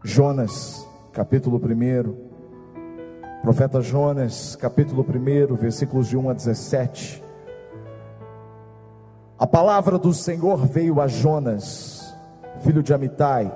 Jonas, capítulo 1, profeta Jonas, capítulo 1, versículos de 1 a 17. A palavra do Senhor veio a Jonas, filho de Amitai,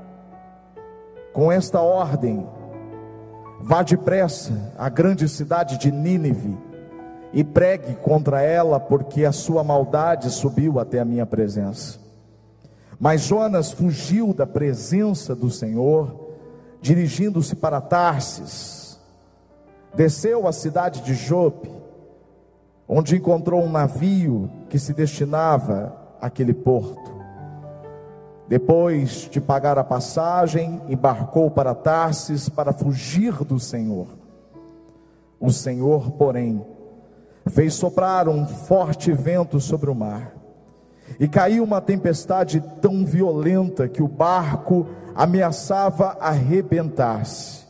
com esta ordem: vá depressa à grande cidade de Nínive e pregue contra ela, porque a sua maldade subiu até a minha presença. Mas Jonas fugiu da presença do Senhor, dirigindo-se para Tarsis. Desceu à cidade de Jope, onde encontrou um navio que se destinava àquele porto. Depois de pagar a passagem, embarcou para Tarsis para fugir do Senhor. O Senhor, porém, fez soprar um forte vento sobre o mar, e caiu uma tempestade tão violenta que o barco ameaçava arrebentar-se.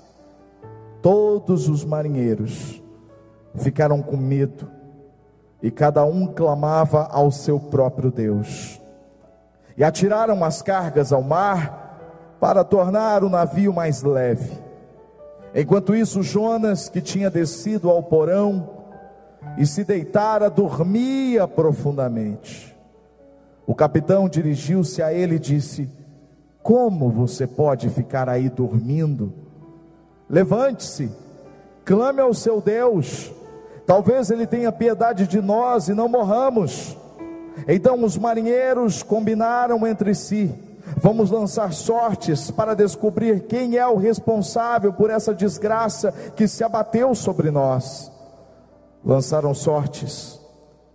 Todos os marinheiros ficaram com medo, e cada um clamava ao seu próprio Deus. E atiraram as cargas ao mar para tornar o navio mais leve. Enquanto isso, Jonas, que tinha descido ao porão e se deitara, dormia profundamente. O capitão dirigiu-se a ele e disse: como você pode ficar aí dormindo? Levante-se, clame ao seu Deus, talvez ele tenha piedade de nós e não morramos. Então os marinheiros combinaram entre si: vamos lançar sortes para descobrir quem é o responsável por essa desgraça que se abateu sobre nós. Lançaram sortes,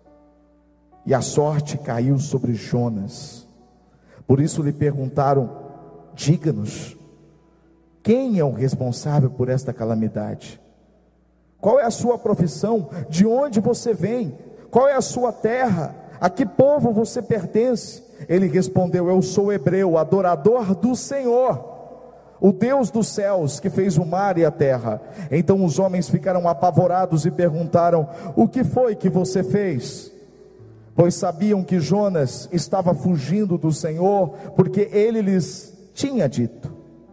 e a sorte caiu sobre Jonas. Por isso lhe perguntaram: diga-nos, quem é o responsável por esta calamidade? Qual é a sua profissão? De onde você vem? Qual é a sua terra? A que povo você pertence? Ele respondeu: eu sou hebreu, adorador do Senhor, o Deus dos céus, que fez o mar e a terra. Então os homens ficaram apavorados e perguntaram: o que foi que você fez? Pois sabiam que Jonas estava fugindo do Senhor, porque ele lhes tinha dito: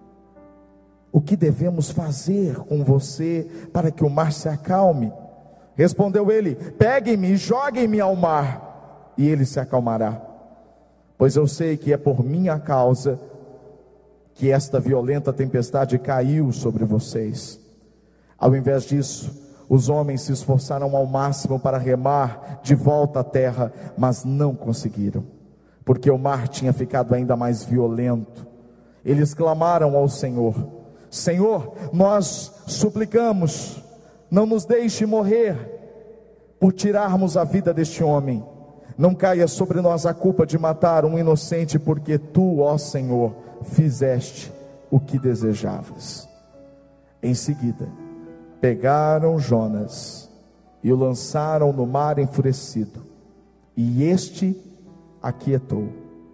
o que devemos fazer com você para que o mar se acalme? Respondeu ele: peguem-me e joguem-me ao mar, e ele se acalmará. Pois eu sei que é por minha causa que esta violenta tempestade caiu sobre vocês. Ao invés disso, os homens se esforçaram ao máximo para remar de volta à terra, mas não conseguiram, porque o mar tinha ficado ainda mais violento. Eles clamaram ao Senhor: Senhor, nós suplicamos, não nos deixe morrer por tirarmos a vida deste homem. Não caia sobre nós a culpa de matar um inocente, porque tu, ó Senhor, fizeste o que desejavas. Em seguida, pegaram Jonas e o lançaram no mar enfurecido, e este aquietou.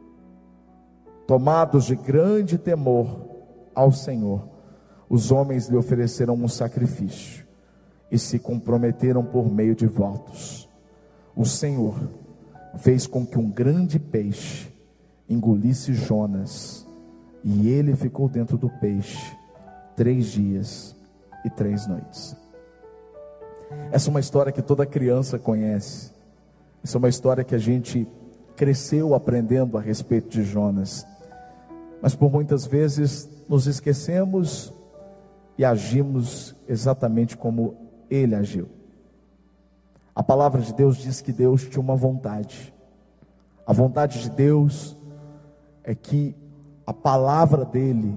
Tomados de grande temor ao Senhor, os homens lhe ofereceram um sacrifício e se comprometeram por meio de votos. O Senhor fez com que um grande peixe engolisse Jonas, e ele ficou dentro do peixe 3 dias e 3 noites. Essa é uma história que toda criança conhece. Essa é uma história que a gente cresceu aprendendo a respeito de Jonas, mas por muitas vezes nos esquecemos e agimos exatamente como ele agiu. A palavra de Deus diz que Deus tinha uma vontade. A vontade de Deus é que a palavra dele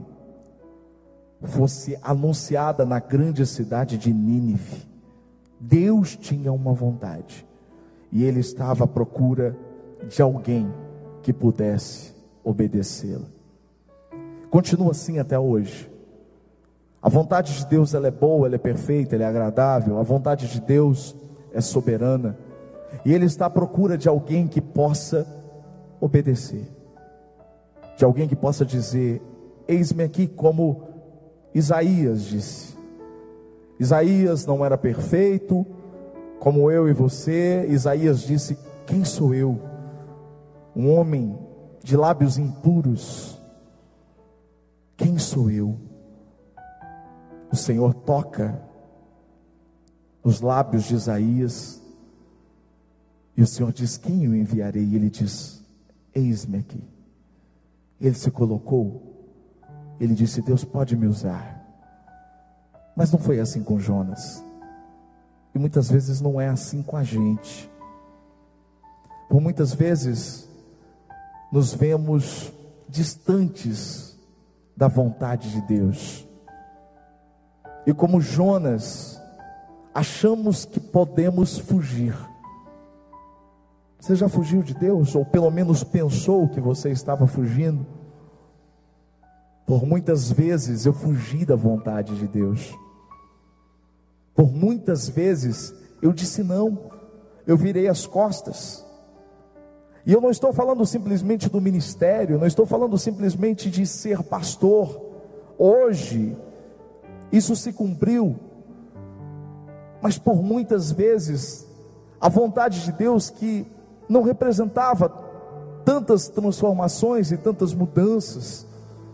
fosse anunciada na grande cidade de Nínive. Deus tinha uma vontade, e ele estava à procura de alguém que pudesse obedecê-la. Continua assim até hoje. A vontade de Deus, ela é boa, ela é perfeita, ela é agradável. A vontade de Deus é soberana, e ele está à procura de alguém que possa obedecer, de alguém que possa dizer: eis-me aqui, como Isaías disse. Isaías não era perfeito, como eu e você. Isaías disse: quem sou eu? Um homem de lábios impuros, quem sou eu? O Senhor toca os lábios de Isaías, e o Senhor diz: quem eu enviarei? E ele diz: eis-me aqui. Ele se colocou, ele disse: Deus pode me usar. Mas não foi assim com Jonas, e muitas vezes não é assim com a gente. Por muitas vezes nos vemos distantes da vontade de Deus, e como Jonas, achamos que podemos fugir. Você já fugiu de Deus? Ou pelo menos pensou que você estava fugindo? Por muitas vezes eu fugi da vontade de Deus. Por muitas vezes eu disse não, eu virei as costas. E eu não estou falando simplesmente do ministério, não estou falando simplesmente de ser pastor. Hoje isso se cumpriu, mas por muitas vezes a vontade de Deus, que não representava tantas transformações e tantas mudanças,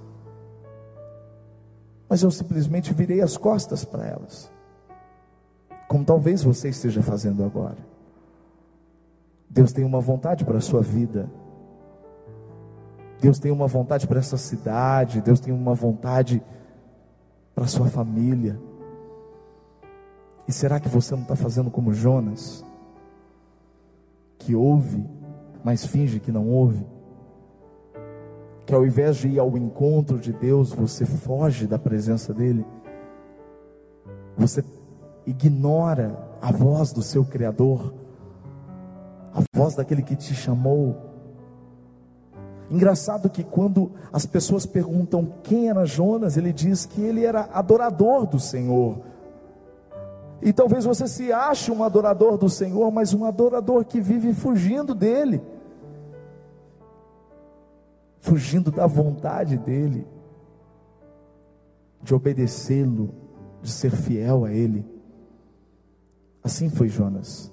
mas eu simplesmente virei as costas para elas, como talvez você esteja fazendo agora. Deus tem uma vontade para a sua vida, Deus tem uma vontade para essa cidade, Deus tem uma vontade para a sua família. E será que você não está fazendo como Jonas, que ouve, mas finge que não ouve? Que ao invés de ir ao encontro de Deus, você foge da presença dEle, você ignora a voz do seu Criador, a voz daquele que te chamou. Engraçado que quando as pessoas perguntam quem era Jonas, ele diz que ele era adorador do Senhor. E talvez você se ache um adorador do Senhor, mas um adorador que vive fugindo dele, fugindo da vontade dele, de obedecê-lo, de ser fiel a ele. Assim foi Jonas.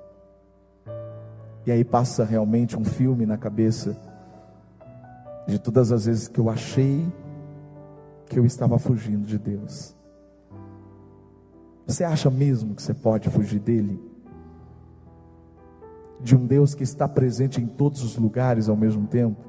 E aí passa realmente um filme na cabeça de todas as vezes que eu achei que eu estava fugindo de Deus. Você acha mesmo que você pode fugir dele? De um Deus que está presente em todos os lugares ao mesmo tempo?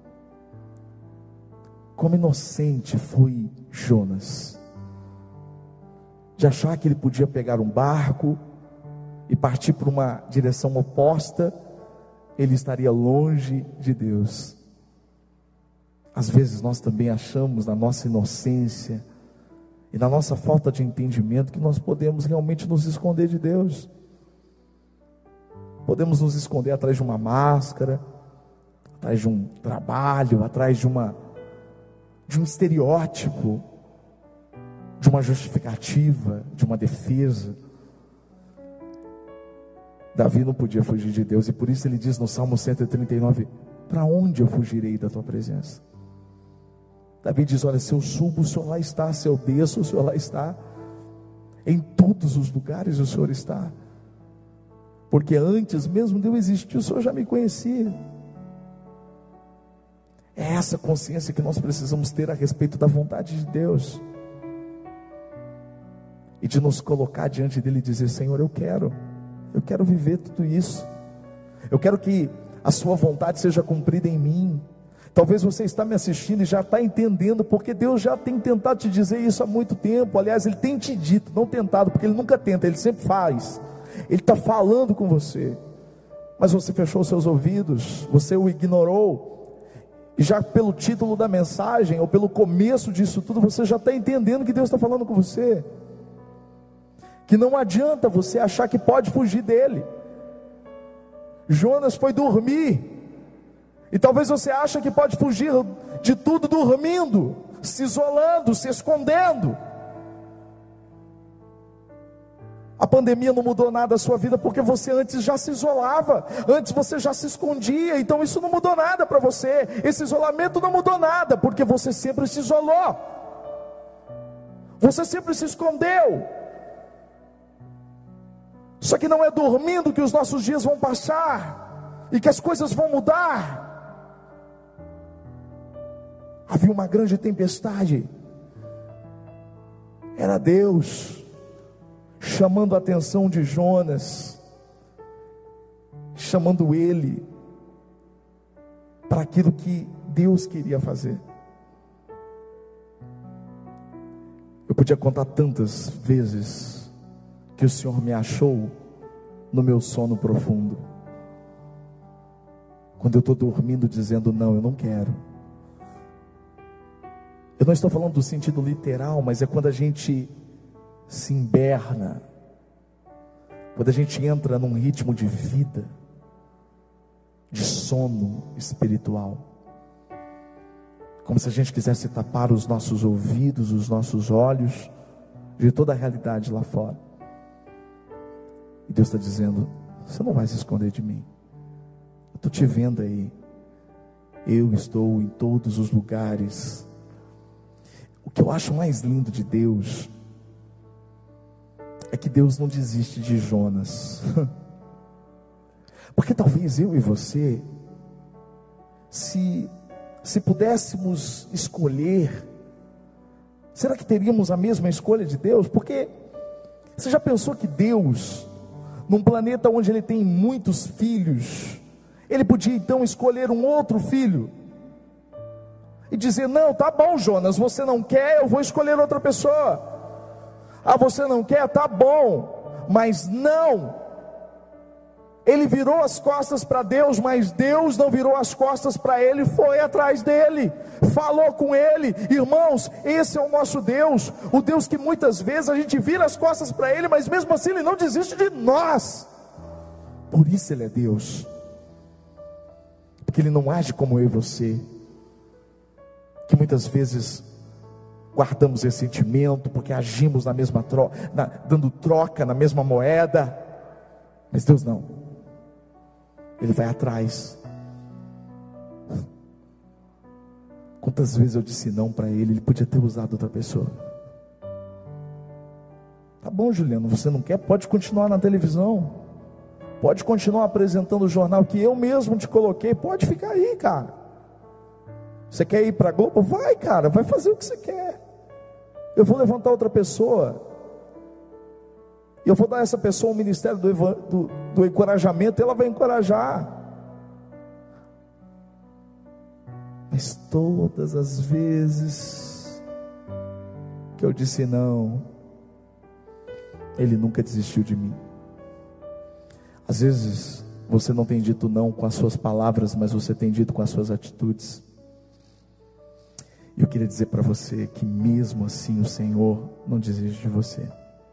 Como inocente foi Jonas, de achar que ele podia pegar um barco e partir para uma direção oposta, ele estaria longe de Deus. Às vezes nós também achamos, na nossa inocência e na nossa falta de entendimento, que nós podemos realmente nos esconder de Deus. Podemos nos esconder atrás de uma máscara, atrás de um trabalho, atrás de um estereótipo, de uma justificativa, de uma defesa. Davi não podia fugir de Deus, e por isso ele diz no Salmo 139, para onde eu fugirei da tua presença? Davi diz, olha, se eu subo, o Senhor lá está, se eu desço, o Senhor lá está, em todos os lugares o Senhor está, porque antes mesmo de eu existir, o Senhor já me conhecia. É essa consciência que nós precisamos ter a respeito da vontade de Deus, e de nos colocar diante dele e dizer, Senhor, eu quero viver tudo isso, eu quero que a sua vontade seja cumprida em mim. Talvez você está me assistindo e já está entendendo, porque Deus já tem tentado te dizer isso há muito tempo. Aliás, Ele tem te dito, não tentado, porque Ele nunca tenta, Ele sempre faz. Ele está falando com você, mas você fechou seus ouvidos, você o ignorou, e já pelo título da mensagem, ou pelo começo disso tudo, você já está entendendo que Deus está falando com você, que não adianta você achar que pode fugir dele. Jonas foi dormir, e talvez você ache que pode fugir de tudo dormindo, se isolando, se escondendo. A pandemia não mudou nada a sua vida, porque você antes já se isolava, antes você já se escondia, então isso não mudou nada para você. Esse isolamento não mudou nada, porque você sempre se isolou, você sempre se escondeu. Só que não é dormindo que os nossos dias vão passar e que as coisas vão mudar. Havia uma grande tempestade. Era Deus chamando a atenção de Jonas, chamando ele para aquilo que Deus queria fazer. Eu podia contar tantas vezes que o Senhor me achou no meu sono profundo, quando eu estou dormindo dizendo: não, eu não quero. Eu não estou falando do sentido literal, mas é quando a gente se emberna, quando a gente entra num ritmo de vida, de sono espiritual, como se a gente quisesse tapar os nossos ouvidos, os nossos olhos, de toda a realidade lá fora. E Deus está dizendo: você não vai se esconder de mim, eu estou te vendo aí, eu estou em todos os lugares. O que eu acho mais lindo de Deus é que Deus não desiste de Jonas. Porque talvez eu e você, se pudéssemos escolher, será que teríamos a mesma escolha de Deus? Porque você já pensou que Deus, num planeta onde Ele tem muitos filhos, Ele podia então escolher um outro filho e dizer: não, tá bom, Jonas, você não quer, eu vou escolher outra pessoa. Ah, você não quer, tá bom, mas não. Ele virou as costas para Deus, mas Deus não virou as costas para ele, foi atrás dele, falou com ele. Irmãos, esse é o nosso Deus, o Deus que muitas vezes a gente vira as costas para ele, mas mesmo assim Ele não desiste de nós. Por isso Ele é Deus, porque Ele não age como eu e você, que muitas vezes guardamos esse sentimento, porque agimos na mesma dando troca na mesma moeda. Mas Deus não, Ele vai atrás. Quantas vezes eu disse não para Ele podia ter usado outra pessoa. Tá bom, Juliano, você não quer? Pode continuar na televisão, pode continuar apresentando o jornal que eu mesmo te coloquei, pode ficar aí, cara. Você quer ir para a Globo? Vai, cara, vai fazer o que você quer. Eu vou levantar outra pessoa, e eu vou dar a essa pessoa o ministério do encorajamento, e ela vai encorajar. Mas todas as vezes que eu disse não, Ele nunca desistiu de mim. Às vezes você não tem dito não com as suas palavras, mas você tem dito com as suas atitudes. E eu queria dizer para você que mesmo assim o Senhor não desiste de você.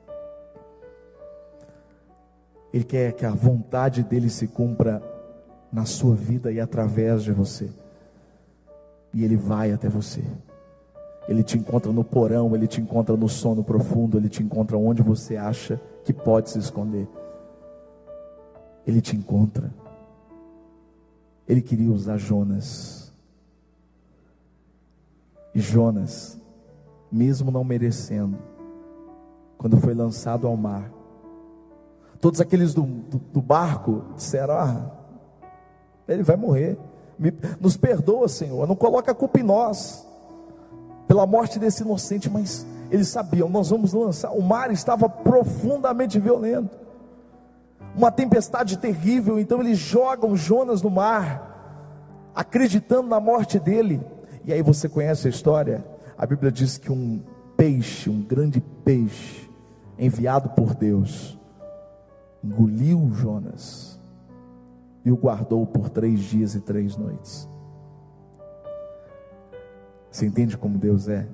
Ele quer que a vontade dEle se cumpra na sua vida e através de você. E Ele vai até você. Ele te encontra no porão, Ele te encontra no sono profundo, Ele te encontra onde você acha que pode se esconder. Ele te encontra. Ele queria usar Jonas. E Jonas, mesmo não merecendo, quando foi lançado ao mar, todos aqueles do barco disseram: ele vai morrer, nos perdoa, Senhor, não coloca a culpa em nós, pela morte desse inocente. Mas eles sabiam: nós vamos lançar. O mar estava profundamente violento, uma tempestade terrível. Então eles jogam Jonas no mar, acreditando na morte dele. E aí você conhece a história? A Bíblia diz que um peixe, um grande peixe, enviado por Deus, engoliu Jonas e o guardou por 3 dias e 3 noites. Você entende como Deus é?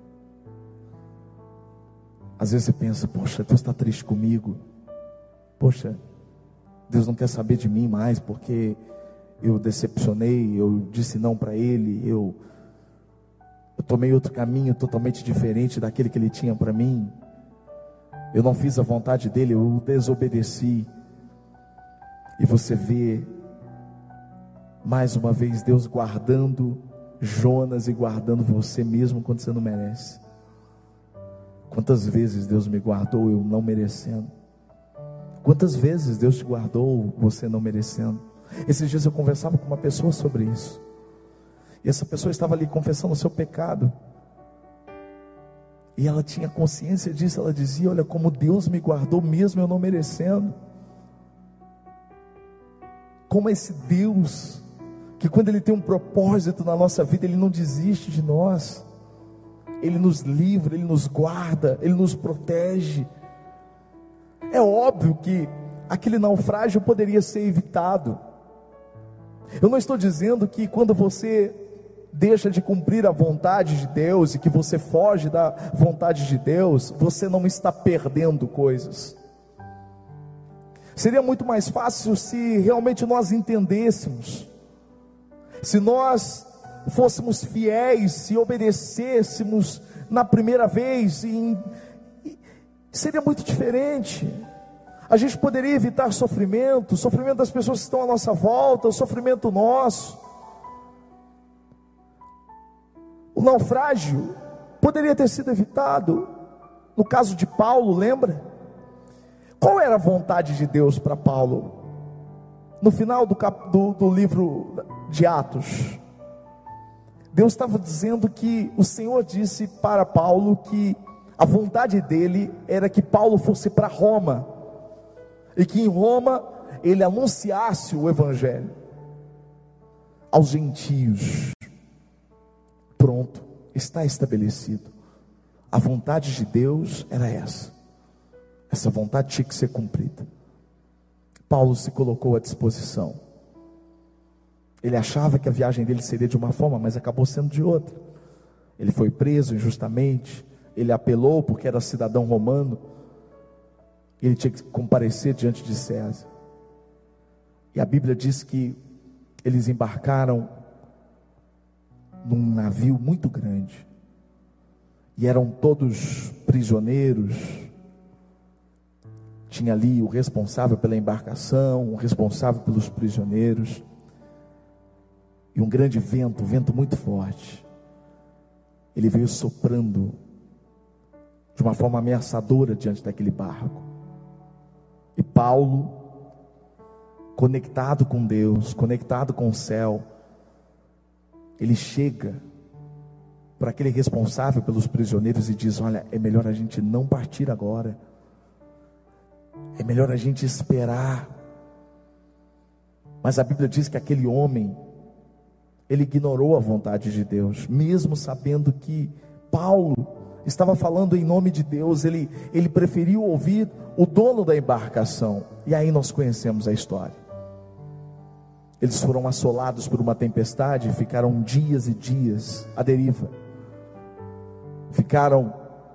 Às vezes você pensa: poxa, Deus está triste comigo. Poxa, Deus não quer saber de mim mais, porque eu decepcionei, eu disse não para Ele, eu tomei outro caminho totalmente diferente daquele que Ele tinha para mim. Eu não fiz a vontade dEle, eu o desobedeci. E você vê mais uma vez Deus guardando Jonas e guardando você mesmo quando você não merece. Quantas vezes Deus me guardou eu não merecendo? Quantas vezes Deus te guardou você não merecendo? Esses dias eu conversava com uma pessoa sobre isso, E essa pessoa estava ali confessando o seu pecado. E ela tinha consciência disso. Ela dizia: olha como Deus me guardou mesmo eu não merecendo. Como esse Deus, que quando Ele tem um propósito na nossa vida, Ele não desiste de nós. Ele nos livra, Ele nos guarda, Ele nos protege. É óbvio que aquele naufrágio poderia ser evitado. Eu não estou dizendo que quando você deixa de cumprir a vontade de Deus e que você foge da vontade de Deus, você não está perdendo coisas. Seria muito mais fácil se realmente nós entendêssemos, se nós fôssemos fiéis, se obedecêssemos na primeira vez, seria muito diferente. A gente poderia evitar sofrimento, o sofrimento das pessoas que estão à nossa volta, o sofrimento nosso. O naufrágio poderia ter sido evitado. No caso de Paulo, lembra? Qual era a vontade de Deus para Paulo? No final do livro de Atos, Deus estava dizendo que o Senhor disse para Paulo que a vontade dele era que Paulo fosse para Roma, e que em Roma ele anunciasse o Evangelho aos gentios. Pronto, está estabelecido. A vontade de Deus era essa vontade tinha que ser cumprida. Paulo se colocou à disposição. Ele achava que a viagem dele seria de uma forma, mas acabou sendo de outra. Ele foi preso injustamente, ele apelou porque era cidadão romano, ele tinha que comparecer diante de César. E a Bíblia diz que eles embarcaram num navio muito grande, e eram todos prisioneiros. Tinha ali o responsável pela embarcação, o responsável pelos prisioneiros, e um grande vento, um vento muito forte, ele veio soprando de uma forma ameaçadora diante daquele barco. E Paulo, conectado com Deus, conectado com o céu, ele chega para aquele responsável pelos prisioneiros e diz: olha, é melhor a gente não partir agora, é melhor a gente esperar. Mas a Bíblia diz que aquele homem, ele ignorou a vontade de Deus, mesmo sabendo que Paulo estava falando em nome de Deus. Ele preferiu ouvir o dono da embarcação. E aí nós conhecemos a história. Eles foram assolados por uma tempestade e ficaram dias e dias à deriva. Ficaram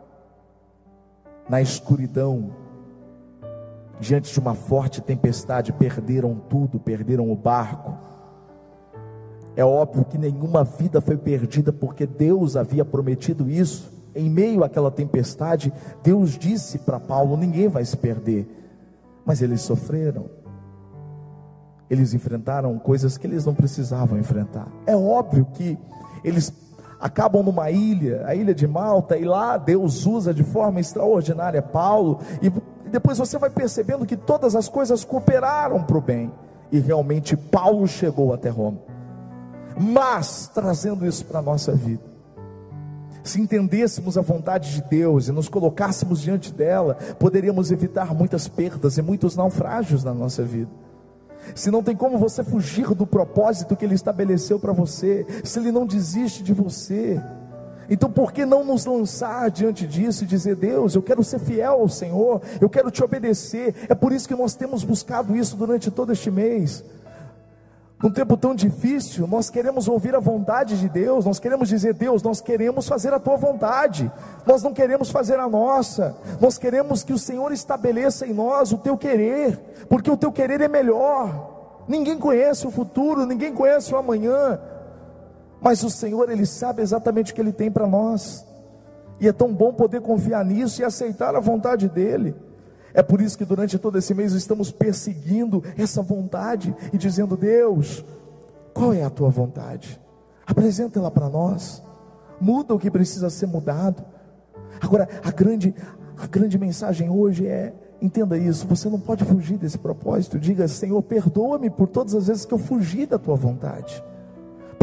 na escuridão, diante de uma forte tempestade. Perderam tudo, perderam o barco. É óbvio que nenhuma vida foi perdida, porque Deus havia prometido isso. Em meio àquela tempestade, Deus disse para Paulo: ninguém vai se perder. Mas eles sofreram. Eles enfrentaram coisas que eles não precisavam enfrentar. É óbvio que eles acabam numa ilha, a ilha de Malta, e lá Deus usa de forma extraordinária Paulo, e depois você vai percebendo que todas as coisas cooperaram para o bem, e realmente Paulo chegou até Roma. Mas, trazendo isso para a nossa vida, se entendêssemos a vontade de Deus e nos colocássemos diante dela, poderíamos evitar muitas perdas e muitos naufrágios na nossa vida. Se não tem como você fugir do propósito que Ele estabeleceu para você, se Ele não desiste de você, então por que não nos lançar diante disso e dizer: Deus, eu quero ser fiel ao Senhor, eu quero te obedecer. É por isso que nós temos buscado isso durante todo este mês. Num tempo tão difícil, nós queremos ouvir a vontade de Deus, nós queremos dizer: Deus, nós queremos fazer a tua vontade, nós não queremos fazer a nossa, nós queremos que o Senhor estabeleça em nós o teu querer, porque o teu querer é melhor. Ninguém conhece o futuro, ninguém conhece o amanhã, mas o Senhor, Ele sabe exatamente o que Ele tem para nós, e é tão bom poder confiar nisso e aceitar a vontade dEle. É por isso que durante todo esse mês estamos perseguindo essa vontade e dizendo: Deus, qual é a tua vontade? Apresenta ela para nós, muda o que precisa ser mudado. Agora, a grande mensagem hoje é: entenda isso, você não pode fugir desse propósito. Diga: Senhor, perdoa-me por todas as vezes que eu fugi da tua vontade,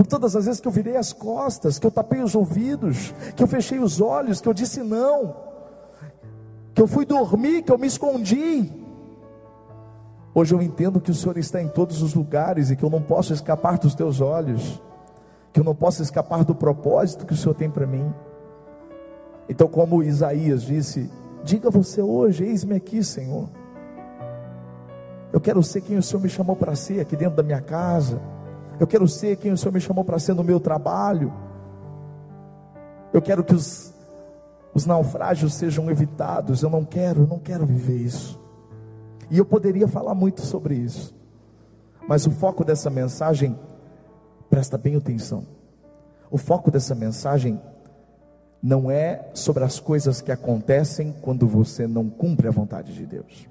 por todas as vezes que eu virei as costas, que eu tapei os ouvidos, que eu fechei os olhos, que eu disse não, que eu fui dormir, que eu me escondi. Hoje eu entendo que o Senhor está em todos os lugares e que eu não posso escapar dos teus olhos, que eu não posso escapar do propósito que o Senhor tem para mim. Então, como Isaías disse, diga você hoje: eis-me aqui, Senhor. Eu quero ser quem o Senhor me chamou para ser aqui dentro da minha casa. Eu quero ser quem o Senhor me chamou para ser no meu trabalho. Eu quero que os naufrágios sejam evitados. Eu não quero viver isso. E eu poderia falar muito sobre isso, mas o foco dessa mensagem, presta bem atenção, o foco dessa mensagem não é sobre as coisas que acontecem quando você não cumpre a vontade de Deus.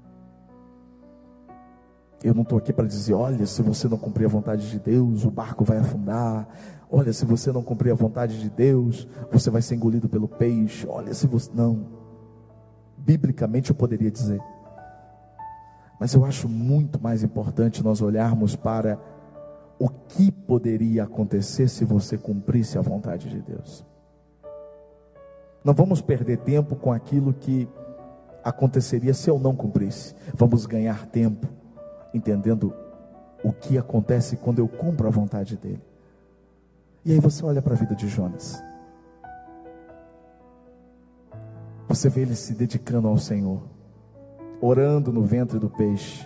Eu não estou aqui para dizer: olha, se você não cumprir a vontade de Deus, o barco vai afundar. Olha, se você não cumprir a vontade de Deus, você vai ser engolido pelo peixe. Olha, se você... Não, biblicamente eu poderia dizer, mas eu acho muito mais importante nós olharmos para o que poderia acontecer se você cumprisse a vontade de Deus. Não vamos perder tempo com aquilo que aconteceria se eu não cumprisse. Vamos ganhar tempo entendendo o que acontece quando eu cumpro a vontade dele. E aí você olha para a vida de Jonas, você vê ele se dedicando ao Senhor, orando no ventre do peixe,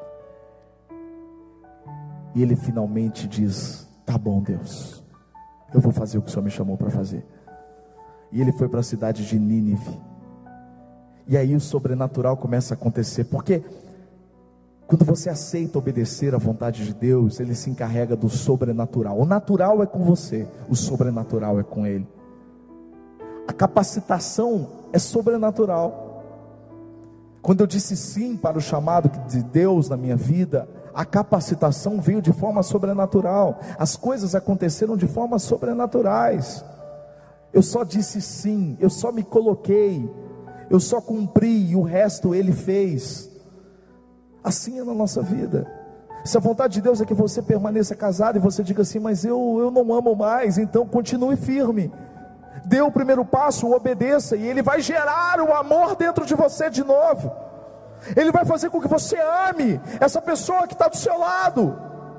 e ele finalmente diz: tá bom, Deus, eu vou fazer o que o Senhor me chamou para fazer. E ele foi para a cidade de Nínive, e aí o sobrenatural começa a acontecer, porque quando você aceita obedecer à vontade de Deus, ele se encarrega do sobrenatural. O natural é com você, o sobrenatural é com ele. A capacitação é sobrenatural. Quando eu disse sim para o chamado de Deus na minha vida, a capacitação veio de forma sobrenatural. As coisas aconteceram de formas sobrenaturais. Eu só disse sim, eu só me coloquei, eu só cumpri, e o resto ele fez. Assim é na nossa vida. Se a vontade de Deus é que você permaneça casado e você diga assim: mas eu não amo mais, então continue firme. Dê o primeiro passo, obedeça, e ele vai gerar o amor dentro de você de novo. Ele vai fazer com que você ame essa pessoa que está do seu lado.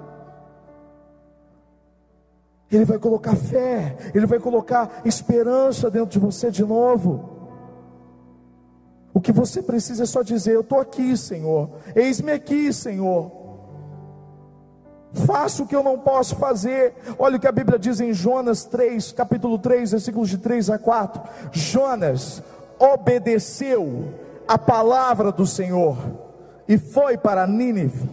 Ele vai colocar fé, ele vai colocar esperança dentro de você de novo. O que você precisa é só dizer: eu estou aqui, Senhor, eis-me aqui, Senhor. Faço o que eu não posso fazer. Olha o que a Bíblia diz em Jonas 3, capítulo 3, versículos de 3 a 4. Jonas obedeceu a palavra do Senhor e foi para Nínive.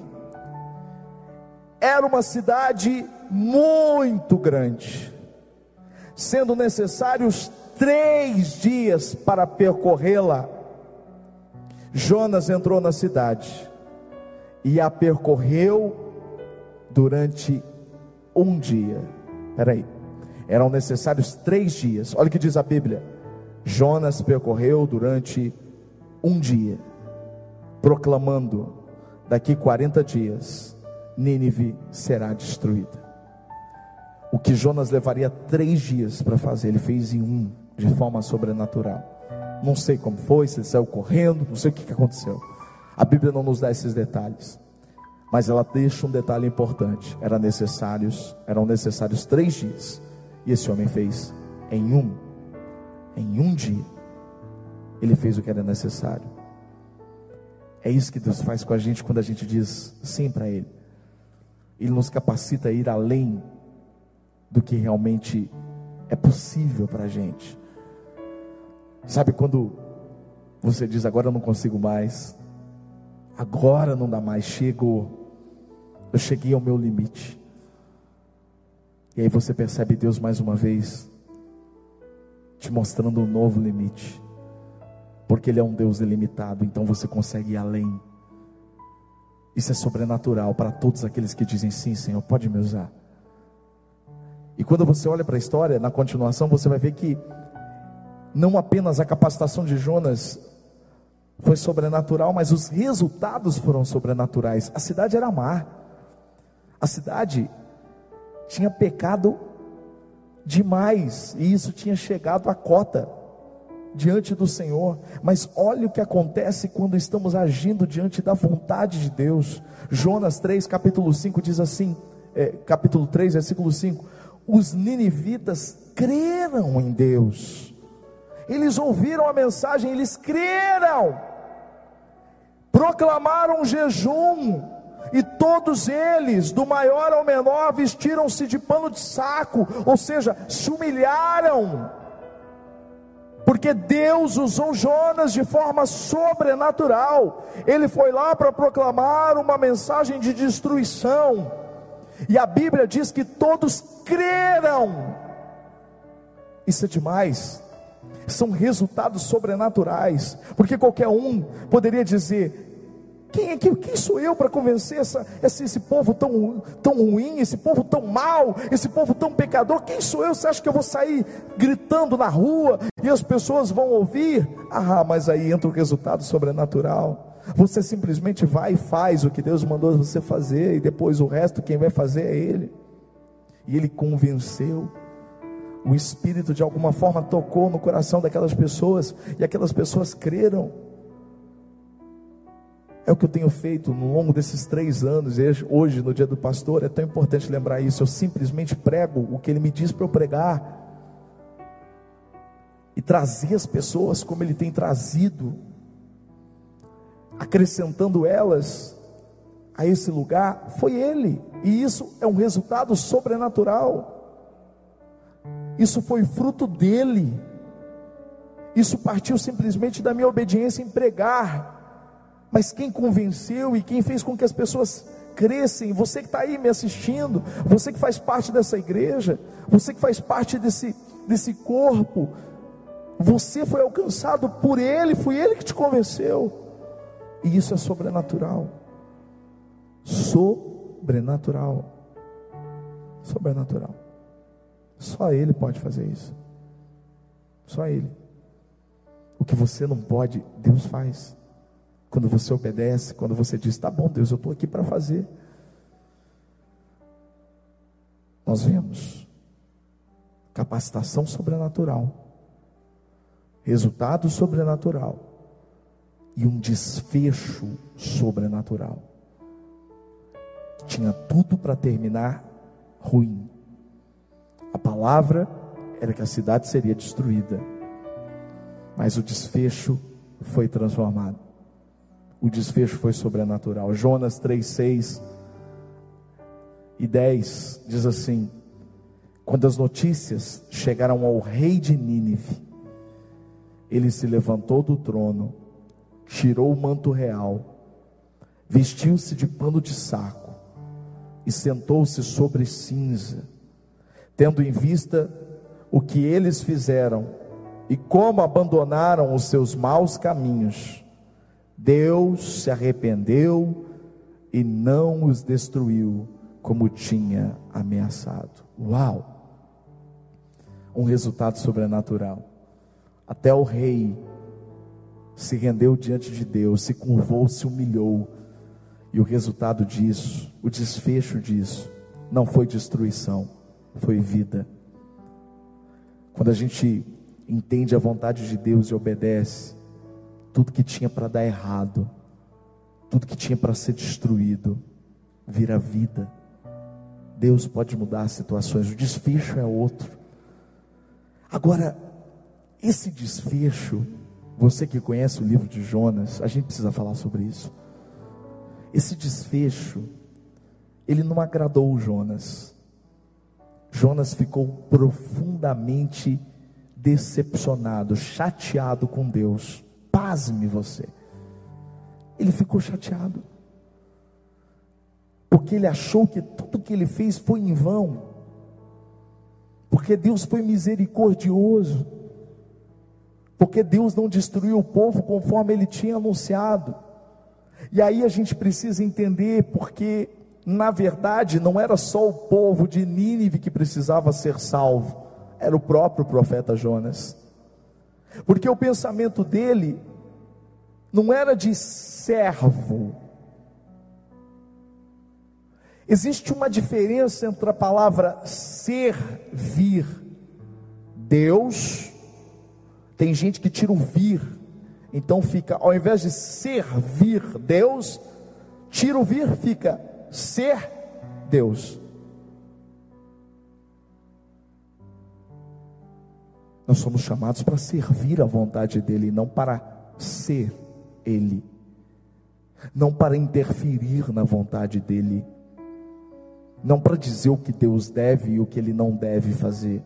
Era uma cidade muito grande, sendo necessários 3 dias para percorrê-la. Jonas entrou na cidade e a percorreu durante 1 dia. Peraí, eram necessários 3 dias. Olha o que diz a Bíblia: Jonas percorreu durante 1 dia, proclamando: daqui 40 dias Nínive será destruída. O que Jonas levaria 3 dias para fazer, ele fez em 1, de forma sobrenatural. Não sei como foi, se ele saiu correndo, não sei o que aconteceu. A Bíblia não nos dá esses detalhes, mas ela deixa um detalhe importante: eram necessários 3 dias, e esse homem fez em um dia, ele fez o que era necessário. É isso que Deus faz com a gente quando a gente diz sim para Ele. Ele nos capacita a ir além do que realmente é possível para a gente. Sabe quando você diz: agora eu não consigo mais, agora não dá mais, eu cheguei ao meu limite. E aí você percebe Deus mais uma vez te mostrando um novo limite, porque Ele é um Deus ilimitado, então você consegue ir além. Isso é sobrenatural para todos aqueles que dizem: sim, Senhor, pode me usar. E quando você olha para a história, na continuação, você vai ver que não apenas a capacitação de Jonas foi sobrenatural, mas os resultados foram sobrenaturais. A cidade era má. A cidade tinha pecado demais, e isso tinha chegado à cota diante do Senhor. Mas olha o que acontece quando estamos agindo diante da vontade de Deus. Jonas 3, capítulo 5 diz assim, capítulo 3, versículo 5: os ninivitas creram em Deus, eles ouviram a mensagem, eles creram, proclamaram jejum, e todos eles, do maior ao menor, vestiram-se de pano de saco, ou seja, se humilharam, porque Deus usou Jonas de forma sobrenatural. Ele foi lá para proclamar uma mensagem de destruição, e a Bíblia diz que todos creram. Isso é demais. São resultados sobrenaturais, porque qualquer um poderia dizer: quem sou eu para convencer esse povo tão ruim, esse povo tão mau, esse povo tão pecador? Quem sou eu? Você acha que eu vou sair gritando na rua e as pessoas vão ouvir? Mas aí entra o resultado sobrenatural. Você simplesmente vai e faz o que Deus mandou você fazer, e depois o resto quem vai fazer é Ele. E Ele convenceu. O Espírito de alguma forma tocou no coração daquelas pessoas, e aquelas pessoas creram. É o que eu tenho feito no longo desses 3 anos, e hoje no dia do pastor é tão importante lembrar isso. Eu simplesmente prego o que Ele me diz para eu pregar, e trazer as pessoas como Ele tem trazido, acrescentando elas a esse lugar, foi Ele, e isso é um resultado sobrenatural. Isso foi fruto dele. Isso partiu simplesmente da minha obediência em pregar. Mas quem convenceu e quem fez com que as pessoas crescem, você que está aí me assistindo, você que faz parte dessa igreja, você que faz parte desse corpo, você foi alcançado por Ele, foi Ele que te convenceu. E isso é sobrenatural. Sobrenatural. Sobrenatural. Só Ele pode fazer isso. Só Ele. O que você não pode, Deus faz. Quando você obedece, quando você diz: tá bom, Deus, eu estou aqui para fazer. Nós vemos capacitação sobrenatural, resultado sobrenatural e um desfecho sobrenatural. Tinha tudo para terminar ruim. A palavra era que a cidade seria destruída, mas o desfecho foi transformado. O desfecho foi sobrenatural. Jonas 3, 6 e 10 diz assim: quando as notícias chegaram ao rei de Nínive, ele se levantou do trono, tirou o manto real, vestiu-se de pano de saco e sentou-se sobre cinza. Tendo em vista o que eles fizeram e como abandonaram os seus maus caminhos, Deus se arrependeu e não os destruiu como tinha ameaçado. Uau! Um resultado sobrenatural. Até o rei se rendeu diante de Deus, se curvou, se humilhou, e o resultado disso, o desfecho disso, não foi destruição, foi vida. Quando a gente entende a vontade de Deus e obedece, tudo que tinha para dar errado, tudo que tinha para ser destruído, vira vida. Deus pode mudar as situações, o desfecho é outro. Agora, esse desfecho, você que conhece o livro de Jonas, a gente precisa falar sobre isso. Esse desfecho, ele não agradou o Jonas. Jonas ficou profundamente decepcionado, chateado com Deus. Pasme você. Ele ficou chateado, porque ele achou que tudo que ele fez foi em vão, porque Deus foi misericordioso, porque Deus não destruiu o povo conforme ele tinha anunciado. E aí a gente precisa entender, porque na verdade não era só o povo de Nínive que precisava ser salvo, era o próprio profeta Jonas, porque o pensamento dele não era de servo, Existe uma diferença entre a palavra servir Deus. Tem gente que tira o vir, então fica, ao invés de servir Deus, tira o vir, fica ser Deus. Nós somos chamados para servir a vontade dEle, não para ser Ele, não para interferir na vontade dEle, não para dizer o que Deus deve e o que Ele não deve fazer.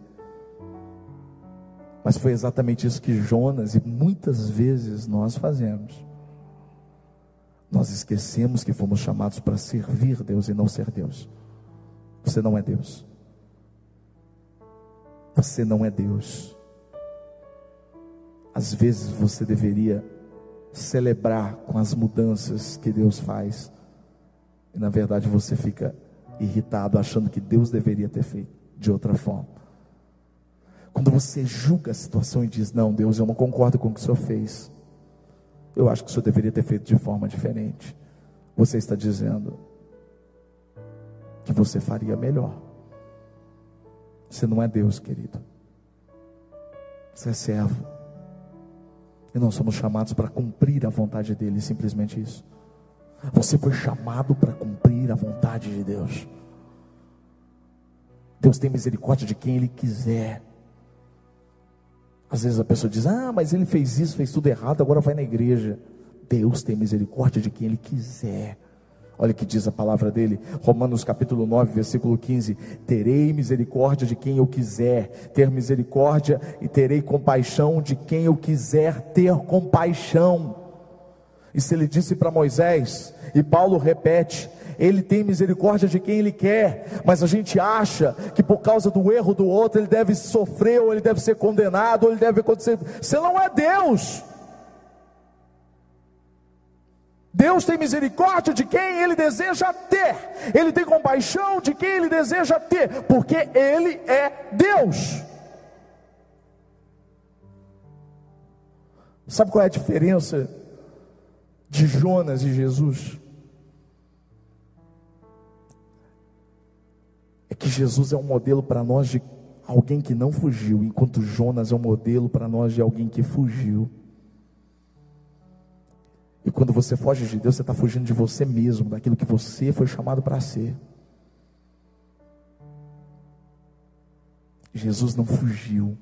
Mas foi exatamente isso que Jonas e muitas vezes nós fazemos. Nós esquecemos que fomos chamados para servir Deus e não ser Deus. Você não é Deus. Você não é Deus. Às vezes você deveria celebrar com as mudanças que Deus faz, e na verdade você fica irritado, achando que Deus deveria ter feito de outra forma. Quando você julga a situação e diz: não, Deus, eu não concordo com o que o Senhor fez, eu acho que o Senhor deveria ter feito de forma diferente, você está dizendo que você faria melhor. Você não é Deus, querido. Você é servo. E nós somos chamados para cumprir a vontade dEle, simplesmente isso. Você foi chamado para cumprir a vontade de Deus. Deus tem misericórdia de quem Ele quiser. Às vezes a pessoa diz: ah, mas ele fez isso, fez tudo errado, agora vai na igreja. Deus tem misericórdia de quem Ele quiser. Olha o que diz a palavra dele, Romanos capítulo 9, versículo 15: terei misericórdia de quem eu quiser ter misericórdia, e terei compaixão de quem eu quiser ter compaixão. Isso Ele disse para Moisés, e Paulo repete: Ele tem misericórdia de quem Ele quer. Mas a gente acha que por causa do erro do outro ele deve sofrer, ou ele deve ser condenado, ou ele deve acontecer. Você não é Deus. Deus tem misericórdia de quem Ele deseja ter. Ele tem compaixão de quem Ele deseja ter, porque Ele é Deus. Sabe qual é a diferença de Jonas e Jesus? É que Jesus é um modelo para nós de alguém que não fugiu, enquanto Jonas é um modelo para nós de alguém que fugiu. E quando você foge de Deus, você está fugindo de você mesmo, daquilo que você foi chamado para ser. Jesus não fugiu.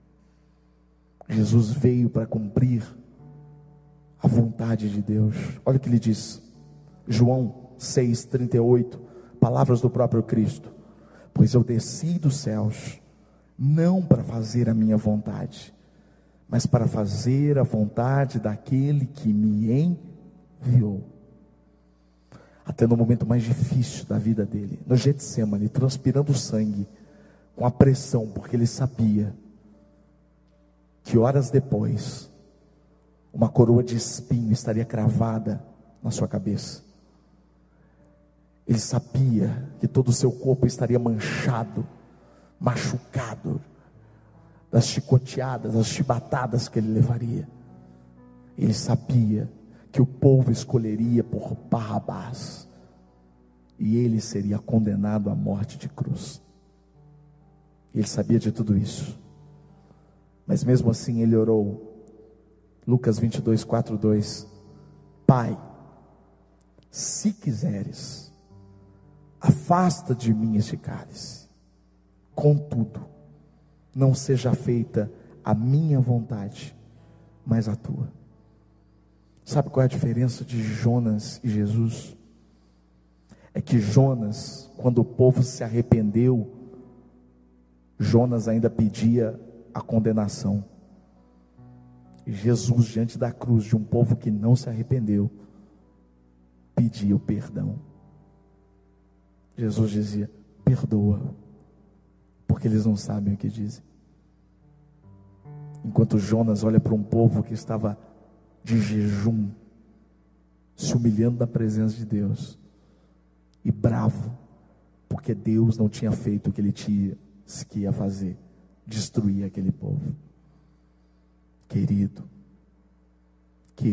Jesus veio para cumprir a vontade de Deus. Olha o que ele diz, João 6,38, palavras do próprio Cristo: pois eu desci dos céus, não para fazer a minha vontade, mas para fazer a vontade daquele que me enviou. Até no momento mais difícil da vida dele, no Getsemane, transpirando sangue, com a pressão, porque ele sabia que horas depois uma coroa de espinho estaria cravada na sua cabeça. Ele sabia que todo o seu corpo estaria manchado, machucado, das chicoteadas, das chibatadas que ele levaria. Ele sabia que o povo escolheria por Barrabás, e ele seria condenado à morte de cruz. Ele sabia de tudo isso, mas mesmo assim ele orou. Lucas 22:4-2: Pai, se quiseres, afasta de mim este cálice, contudo não seja feita a minha vontade, mas a tua. Sabe qual é a diferença de Jonas e Jesus? É que Jonas, quando o povo se arrependeu, Jonas ainda pedia a condenação. E Jesus, diante da cruz de um povo que não se arrependeu, pedia o perdão. Jesus dizia: perdoa, porque eles não sabem o que dizem. Enquanto Jonas olha para um povo que estava de jejum, se humilhando na presença de Deus, e bravo, porque Deus não tinha feito o que Ele disse que ia fazer, destruir aquele povo. Querido,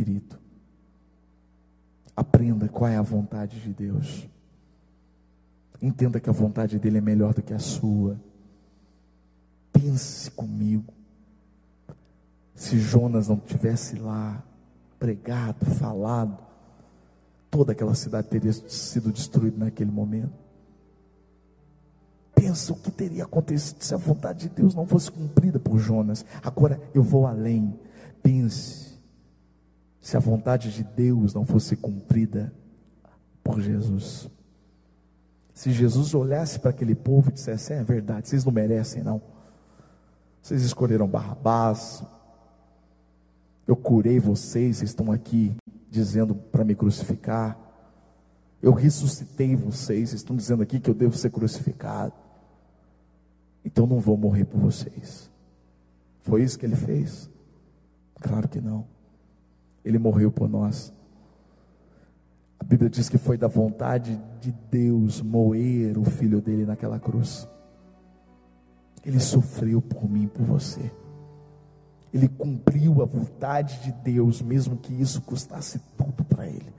aprenda qual é a vontade de Deus. Entenda que a vontade dele é melhor do que a sua. Pense comigo. Se Jonas não tivesse lá pregado, falado, toda aquela cidade teria sido destruída naquele momento. Pensa o que teria acontecido se a vontade de Deus não fosse cumprida por Jonas. Agora eu vou além. Pense se a vontade de Deus não fosse cumprida por Jesus. Se Jesus olhasse para aquele povo e dissesse: é verdade, vocês não merecem não. Vocês escolheram Barrabás, eu curei vocês, vocês estão aqui dizendo para me crucificar. Eu ressuscitei vocês estão dizendo aqui que eu devo ser crucificado. Então não vou morrer por vocês. Foi isso que ele fez? Claro que não. Ele morreu por nós. A Bíblia diz que foi da vontade de Deus moer o filho dele naquela cruz. Ele sofreu por mim e por você. Ele cumpriu a vontade de Deus, mesmo que isso custasse tudo para ele.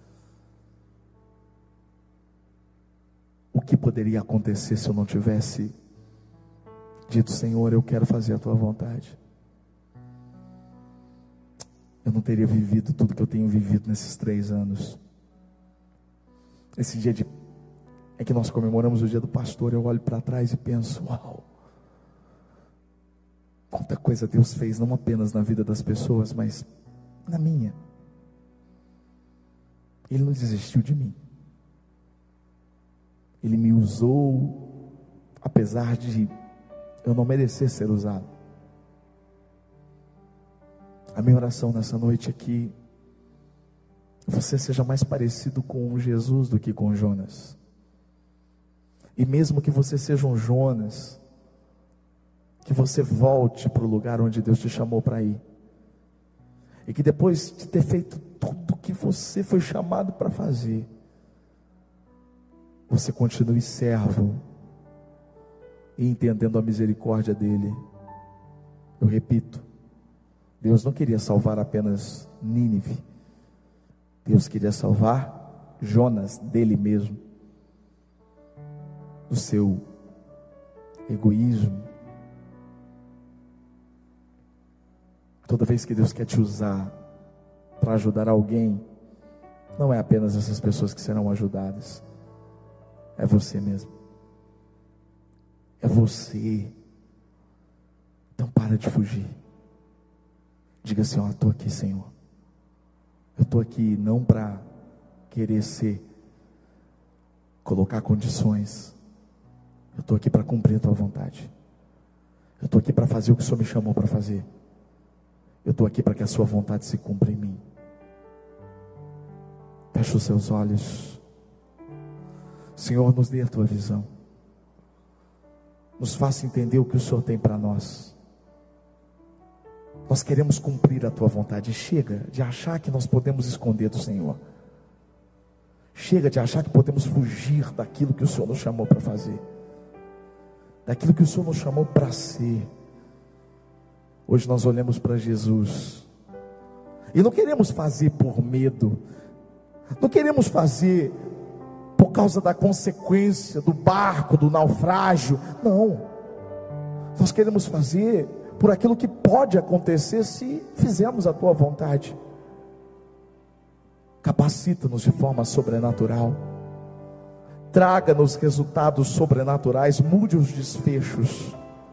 O que poderia acontecer se eu não tivesse dito: Senhor, eu quero fazer a tua vontade? Eu não teria vivido tudo que eu tenho vivido nesses 3 anos. Esse dia é que nós comemoramos o dia do pastor. Eu olho para trás e penso: uau, quanta coisa Deus fez, não apenas na vida das pessoas, mas na minha. Ele não desistiu de mim. Ele me usou, apesar de eu não merecer ser usado. A minha oração nessa noite é que você seja mais parecido com Jesus do que com Jonas. E mesmo que você seja um Jonas, que você volte para o lugar onde Deus te chamou para ir. E que depois de ter feito tudo que você foi chamado para fazer, você continue servo e entendendo a misericórdia dele. Eu repito, Deus não queria salvar apenas Nínive. Deus queria salvar Jonas dele mesmo, do seu egoísmo. Toda vez que Deus quer te usar para ajudar alguém, não é apenas essas pessoas que serão ajudadas, é você mesmo. É você. Então para de fugir. Diga assim: ó, estou aqui, Senhor. Eu estou aqui não para querer colocar condições. Eu estou aqui para cumprir a tua vontade. Eu estou aqui para fazer o que o Senhor me chamou para fazer. Eu estou aqui para que a sua vontade se cumpra em mim. Feche os seus olhos. Senhor, nos dê a tua visão. Nos faça entender o que o Senhor tem para nós. Nós queremos cumprir a tua vontade. Chega de achar que nós podemos esconder do Senhor. Chega de achar que podemos fugir daquilo que o Senhor nos chamou para fazer, daquilo que o Senhor nos chamou para ser. Hoje nós olhamos para Jesus e não queremos fazer por medo, não queremos fazer por causa da consequência do barco, do naufrágio. Não, nós queremos fazer por aquilo que pode acontecer se fizermos a tua vontade. Capacita-nos de forma sobrenatural, traga-nos resultados sobrenaturais, mude os desfechos.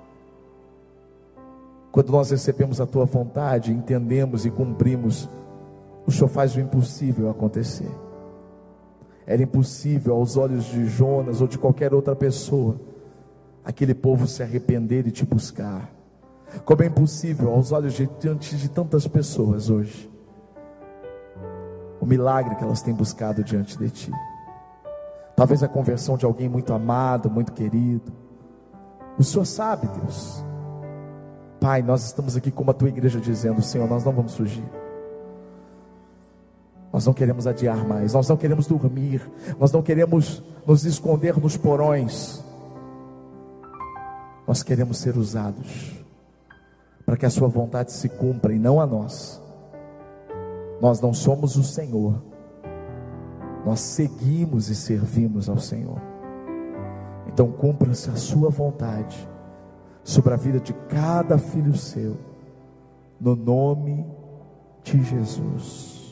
Quando nós recebemos a tua vontade, entendemos e cumprimos, o Senhor faz o impossível acontecer. Era impossível aos olhos de Jonas ou de qualquer outra pessoa aquele povo se arrepender e te buscar, como é impossível aos olhos diante de tantas pessoas hoje o milagre que elas têm buscado diante de ti. Talvez a conversão de alguém muito amado, muito querido. O Senhor sabe, Deus. Pai, nós estamos aqui como a tua igreja dizendo: Senhor, nós não vamos fugir. Nós não queremos adiar mais, nós não queremos dormir, nós não queremos nos esconder nos porões. Nós queremos ser usados para que a sua vontade se cumpra e não a nós. Nós não somos o Senhor, nós seguimos e servimos ao Senhor. Então cumpra-se a sua vontade sobre a vida de cada filho seu, no nome de Jesus.